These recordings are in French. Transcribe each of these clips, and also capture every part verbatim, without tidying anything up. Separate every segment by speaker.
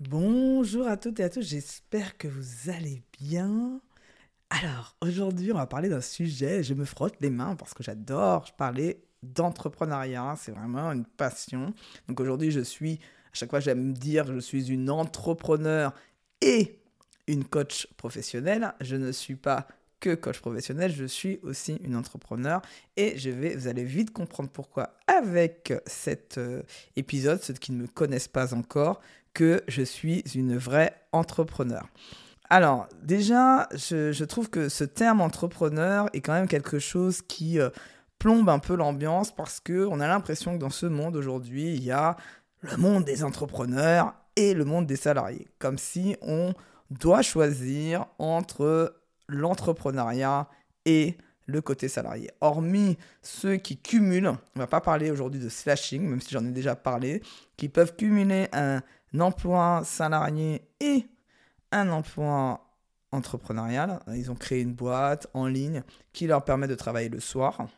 Speaker 1: Bonjour à toutes et à tous, j'espère que vous allez bien. Alors, aujourd'hui, on va parler d'un sujet, je me frotte les mains parce que j'adore parler d'entrepreneuriat, c'est vraiment une passion. Donc aujourd'hui, je suis, à chaque fois j'aime dire, je suis une entrepreneur et une coach professionnelle. Je ne suis pas que coach professionnel, je suis aussi une entrepreneur et je vais, vous allez vite comprendre pourquoi avec cet euh, épisode, ceux qui ne me connaissent pas encore, que je suis une vraie entrepreneur. Alors, déjà, je, je trouve que ce terme entrepreneur est quand même quelque chose qui euh, plombe un peu l'ambiance parce qu'on a l'impression que dans ce monde aujourd'hui, il y a le monde des entrepreneurs et le monde des salariés. Comme si on doit choisir entre l'entrepreneuriat et le côté salarié. Hormis ceux qui cumulent, on ne va pas parler aujourd'hui de slashing, même si j'en ai déjà parlé, qui peuvent cumuler un emploi salarié et un emploi entrepreneurial. Ils ont créé une boîte en ligne qui leur permet de travailler le soir.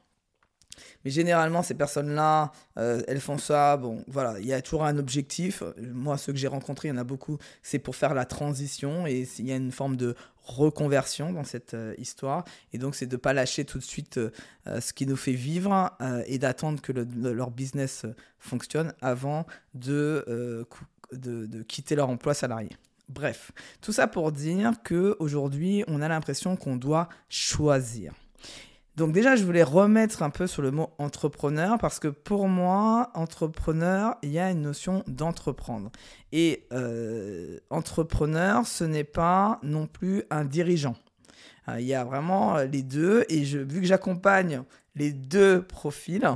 Speaker 1: Mais généralement, ces personnes-là, euh, elles font ça. Bon, voilà, il y a toujours un objectif. Moi, ceux que j'ai rencontrés, il y en a beaucoup, c'est pour faire la transition et il y a une forme de reconversion dans cette euh, histoire. Et donc, c'est de ne pas lâcher tout de suite euh, ce qui nous fait vivre euh, et d'attendre que le, le, leur business fonctionne avant de, euh, de, de quitter leur emploi salarié. Bref, tout ça pour dire qu'aujourd'hui, on a l'impression qu'on doit choisir. Donc déjà, je voulais remettre un peu sur le mot entrepreneur parce que pour moi, entrepreneur, il y a une notion d'entreprendre. Et euh, entrepreneur, ce n'est pas non plus un dirigeant. Euh, il y a vraiment les deux et je, vu que j'accompagne les deux profils,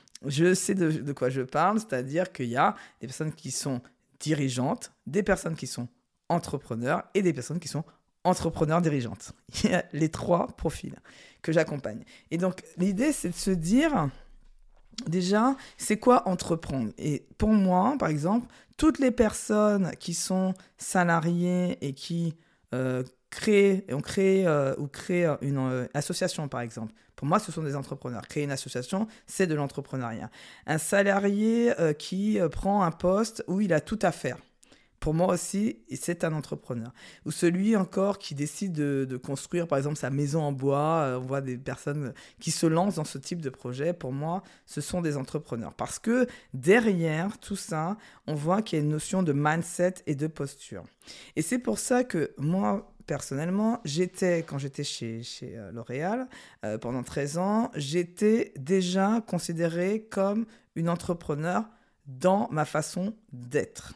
Speaker 1: je sais de, de quoi je parle, c'est-à-dire qu'il y a des personnes qui sont dirigeantes, des personnes qui sont entrepreneurs et des personnes qui sont entrepreneurs dirigeantes. Il y a les trois profils que j'accompagne. Et donc, l'idée, c'est de se dire, déjà, c'est quoi entreprendre ? Et pour moi, par exemple, toutes les personnes qui sont salariées et qui euh, créent, ont créé euh, ou créent une euh, association, par exemple, pour moi, ce sont des entrepreneurs. Créer une association, c'est de l'entrepreneuriat. Un salarié euh, qui euh, prend un poste où il a tout à faire. Pour moi aussi, c'est un entrepreneur. Ou celui encore qui décide de, de construire, par exemple, sa maison en bois. On voit des personnes qui se lancent dans ce type de projet. Pour moi, ce sont des entrepreneurs. Parce que derrière tout ça, on voit qu'il y a une notion de mindset et de posture. Et c'est pour ça que moi, personnellement, j'étais, quand j'étais chez, chez L'Oréal, euh, pendant treize ans, j'étais déjà considérée comme une entrepreneur dans ma façon d'être.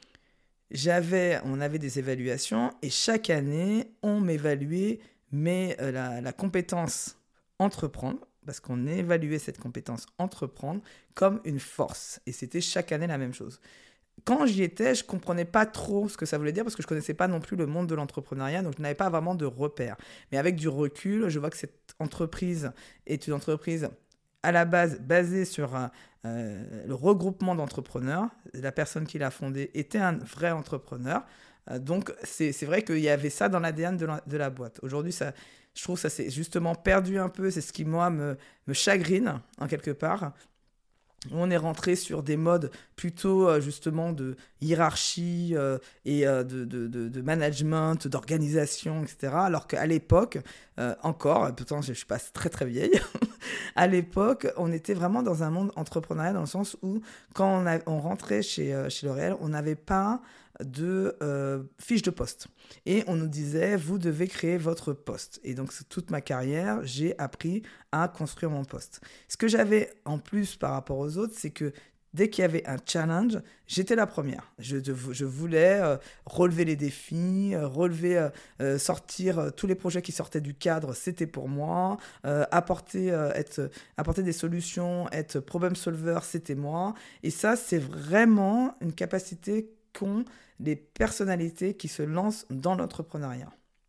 Speaker 1: J'avais, on avait des évaluations et chaque année, on m'évaluait mais, euh, la, la compétence entreprendre, parce qu'on évaluait cette compétence entreprendre comme une force. Et c'était chaque année la même chose. Quand j'y étais, je ne comprenais pas trop ce que ça voulait dire parce que je ne connaissais pas non plus le monde de l'entrepreneuriat, donc je n'avais pas vraiment de repères. Mais avec du recul, je vois que cette entreprise est une entreprise à la base basée sur un, euh, le regroupement d'entrepreneurs. La personne qui l'a fondé était un vrai entrepreneur. Euh, donc, c'est, c'est vrai qu'il y avait ça dans l'A D N de la, de la boîte. Aujourd'hui, ça, je trouve que ça s'est justement perdu un peu. C'est ce qui, moi, me, me chagrine, en quelque part. On est rentré sur des modes plutôt euh, justement de hiérarchie euh, et euh, de, de, de, de management, d'organisation, et cetera. Alors qu'à l'époque, euh, encore, pourtant je ne suis pas très très vieille, à l'époque, on était vraiment dans un monde entrepreneurial dans le sens où quand on, a, on rentrait chez, euh, chez L'Oréal, on n'avait pas de euh, fiche de poste. Et on nous disait, vous devez créer votre poste. Et donc, toute ma carrière, j'ai appris à construire mon poste. Ce que j'avais en plus par rapport aux autres, c'est que dès qu'il y avait un challenge, j'étais la première. Je, je voulais euh, relever les défis, euh, relever, euh, sortir euh, tous les projets qui sortaient du cadre, c'était pour moi. Euh, apporter, euh, être, apporter des solutions, être problem solver, c'était moi. Et ça, c'est vraiment une capacité qu'ont les personnalités qui se lancent dans l'entrepreneuriat.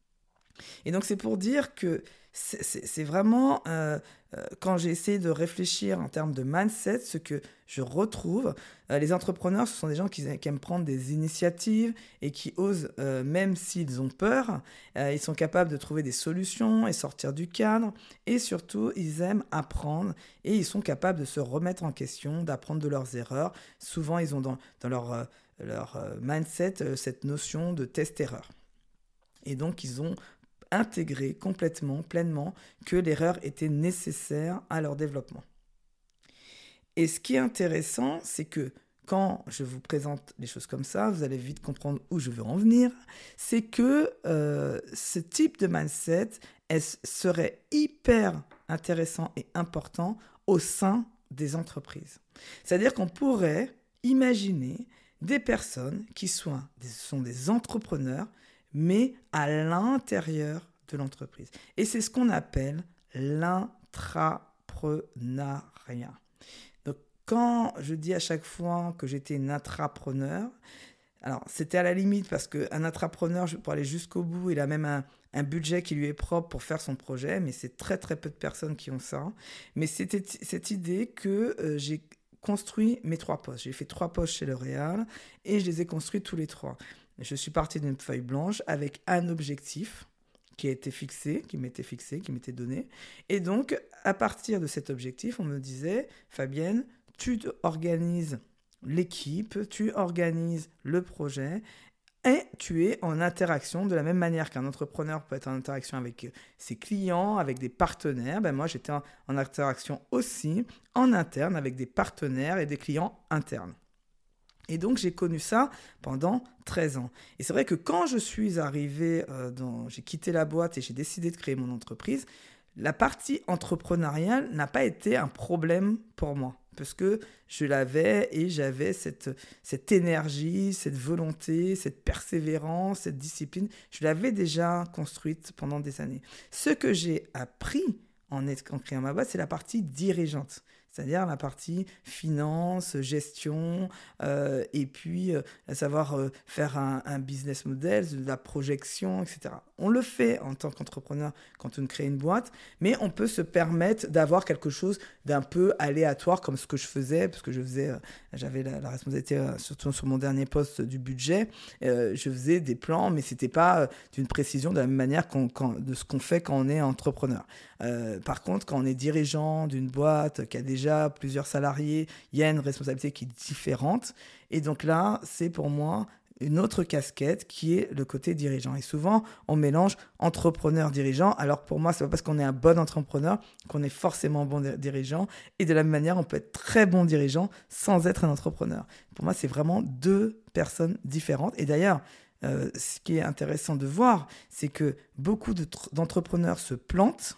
Speaker 1: Et donc, c'est pour dire que c'est, c'est, c'est vraiment, euh, euh, quand j'ai essayé de réfléchir en termes de mindset, ce que je retrouve, euh, les entrepreneurs, ce sont des gens qui, qui aiment prendre des initiatives et qui osent, euh, même s'ils ont peur, euh, ils sont capables de trouver des solutions et sortir du cadre. Et surtout, ils aiment apprendre et ils sont capables de se remettre en question, d'apprendre de leurs erreurs. Souvent, ils ont dans, dans leur... Euh, leur euh, mindset euh, cette notion de test-erreur. Et donc, ils ont intégré complètement, pleinement, que l'erreur était nécessaire à leur développement. Et ce qui est intéressant, c'est que quand je vous présente les choses comme ça, vous allez vite comprendre où je veux en venir, c'est que euh, ce type de mindset elle, serait hyper intéressant et important au sein des entreprises. C'est-à-dire qu'on pourrait imaginer des personnes qui soient, des, sont des entrepreneurs, mais à l'intérieur de l'entreprise. Et c'est ce qu'on appelle l'intrapreneuriat. Donc, quand je dis à chaque fois que j'étais une intrapreneur, alors c'était à la limite parce qu'un intrapreneur, pour aller jusqu'au bout, il a même un, un budget qui lui est propre pour faire son projet, mais c'est très très peu de personnes qui ont ça. Mais c'était cette idée que euh, j'ai construit mes trois postes. J'ai fait trois postes chez L'Oréal et je les ai construits tous les trois. Je suis partie d'une feuille blanche avec un objectif qui a été fixé, qui m'était fixé, qui m'était donné. Et donc, à partir de cet objectif, on me disait, Fabienne, tu organises l'équipe, tu organises le projet et tu es en interaction de la même manière qu'un entrepreneur peut être en interaction avec ses clients, avec des partenaires. Ben moi, j'étais en, en interaction aussi en interne avec des partenaires et des clients internes. Et donc, j'ai connu ça pendant treize ans. Et c'est vrai que quand je suis arrivée, euh, dans, j'ai quitté la boîte et j'ai décidé de créer mon entreprise, la partie entrepreneuriale n'a pas été un problème pour moi. Parce que je l'avais et j'avais cette, cette énergie, cette volonté, cette persévérance, cette discipline. Je l'avais déjà construite pendant des années. Ce que j'ai appris en, en créant ma boîte, c'est la partie dirigeante. C'est-à-dire la partie finance, gestion, euh, et puis euh, savoir euh, faire un, un business model, de la projection, et cetera. On le fait en tant qu'entrepreneur quand on crée une boîte, mais on peut se permettre d'avoir quelque chose d'un peu aléatoire comme ce que je faisais, parce que je faisais, euh, j'avais la, la responsabilité, euh, surtout sur mon dernier poste du budget, euh, je faisais des plans, mais c'était pas euh, d'une précision de la même manière qu'on, qu'on, de ce qu'on fait quand on est entrepreneur. Euh, par contre, quand on est dirigeant d'une boîte qui a déjà plusieurs salariés, il y a une responsabilité qui est différente. Et donc là, c'est pour moi une autre casquette qui est le côté dirigeant. Et souvent, on mélange entrepreneur-dirigeant. Alors pour moi, c'est pas parce qu'on est un bon entrepreneur qu'on est forcément bon dirigeant. Et de la même manière, on peut être très bon dirigeant sans être un entrepreneur. Pour moi, c'est vraiment deux personnes différentes. Et d'ailleurs, euh, ce qui est intéressant de voir, c'est que beaucoup de tr- d'entrepreneurs se plantent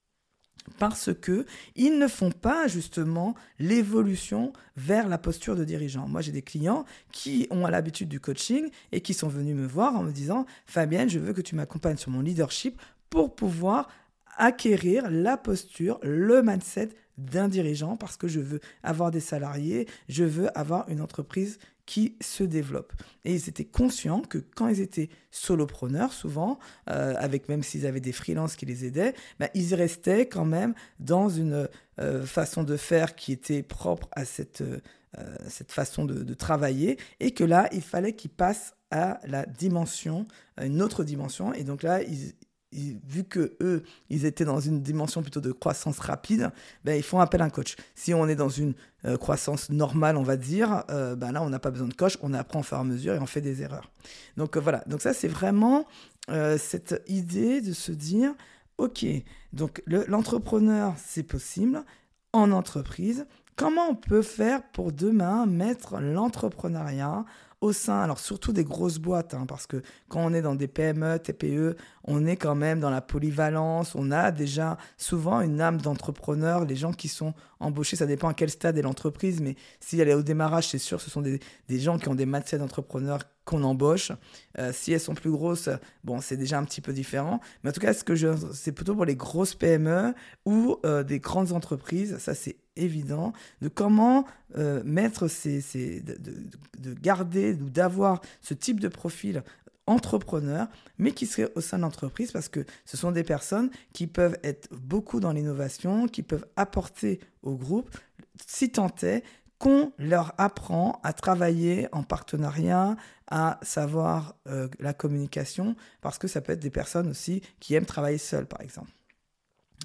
Speaker 1: parce qu'ils ne font pas justement l'évolution vers la posture de dirigeant. Moi, j'ai des clients qui ont l'habitude du coaching et qui sont venus me voir en me disant « Fabienne, je veux que tu m'accompagnes sur mon leadership pour pouvoir acquérir la posture, le mindset d'un dirigeant parce que je veux avoir des salariés, je veux avoir une entreprise qui se développe. » Et ils étaient conscients que quand ils étaient solopreneurs, souvent, euh, avec même s'ils avaient des freelances qui les aidaient, bah, ils restaient quand même dans une euh, façon de faire qui était propre à cette, euh, cette façon de, de travailler, et que là, il fallait qu'ils passent à la dimension, à une autre dimension. Et donc là, ils Ils, vu que eux, ils étaient dans une dimension plutôt de croissance rapide, ben, ils font appel à un coach. Si on est dans une euh, croissance normale, on va dire, euh, ben là, on n'a pas besoin de coach, on apprend au fur et à mesure et on fait des erreurs. Donc euh, voilà, donc ça, c'est vraiment euh, cette idée de se dire, ok, donc le, l'entrepreneur, c'est possible en entreprise. Comment on peut faire pour demain mettre l'entrepreneuriat au sein, alors surtout des grosses boîtes, hein, parce que quand on est dans des P M E, T P E, on est quand même dans la polyvalence, on a déjà souvent une âme d'entrepreneur. Les gens qui sont embauchés, ça dépend à quel stade est l'entreprise, mais si elle est au démarrage, c'est sûr, ce sont des, des gens qui ont des mindset d'entrepreneurs qu'on embauche. Euh, si elles sont plus grosses, bon, c'est déjà un petit peu différent. Mais en tout cas, ce que je, c'est plutôt pour les grosses P M E ou euh, des grandes entreprises, ça c'est évident, de comment euh, mettre ces, ces de, de, de garder ou d'avoir ce type de profil entrepreneur, mais qui serait au sein de l'entreprise, parce que ce sont des personnes qui peuvent être beaucoup dans l'innovation, qui peuvent apporter au groupe, si tant est qu'on leur apprend à travailler en partenariat, à savoir euh, la communication, parce que ça peut être des personnes aussi qui aiment travailler seules, par exemple.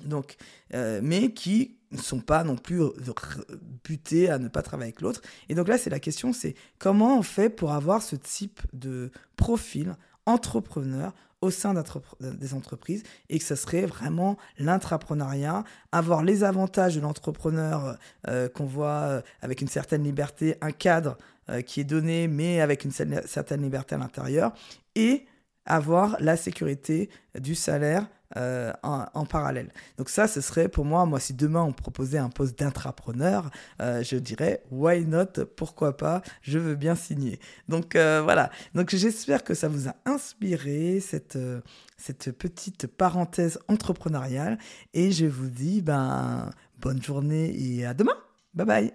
Speaker 1: Donc, euh, mais qui ne sont pas non plus butés à ne pas travailler avec l'autre. Et donc là, c'est la question, c'est comment on fait pour avoir ce type de profil entrepreneur au sein des entreprises et que ça serait vraiment l'intrapreneuriat, avoir les avantages de l'entrepreneur euh, qu'on voit euh, avec une certaine liberté, un cadre euh, qui est donné mais avec une certaine liberté à l'intérieur et avoir la sécurité du salaire euh, en, en parallèle. Donc ça, ce serait pour moi, moi si demain on me proposait un poste d'intrapreneur, euh, je dirais why not, pourquoi pas, je veux bien signer. Donc euh, voilà, donc j'espère que ça vous a inspiré cette, euh, cette petite parenthèse entrepreneuriale et je vous dis ben, bonne journée et à demain. Bye bye.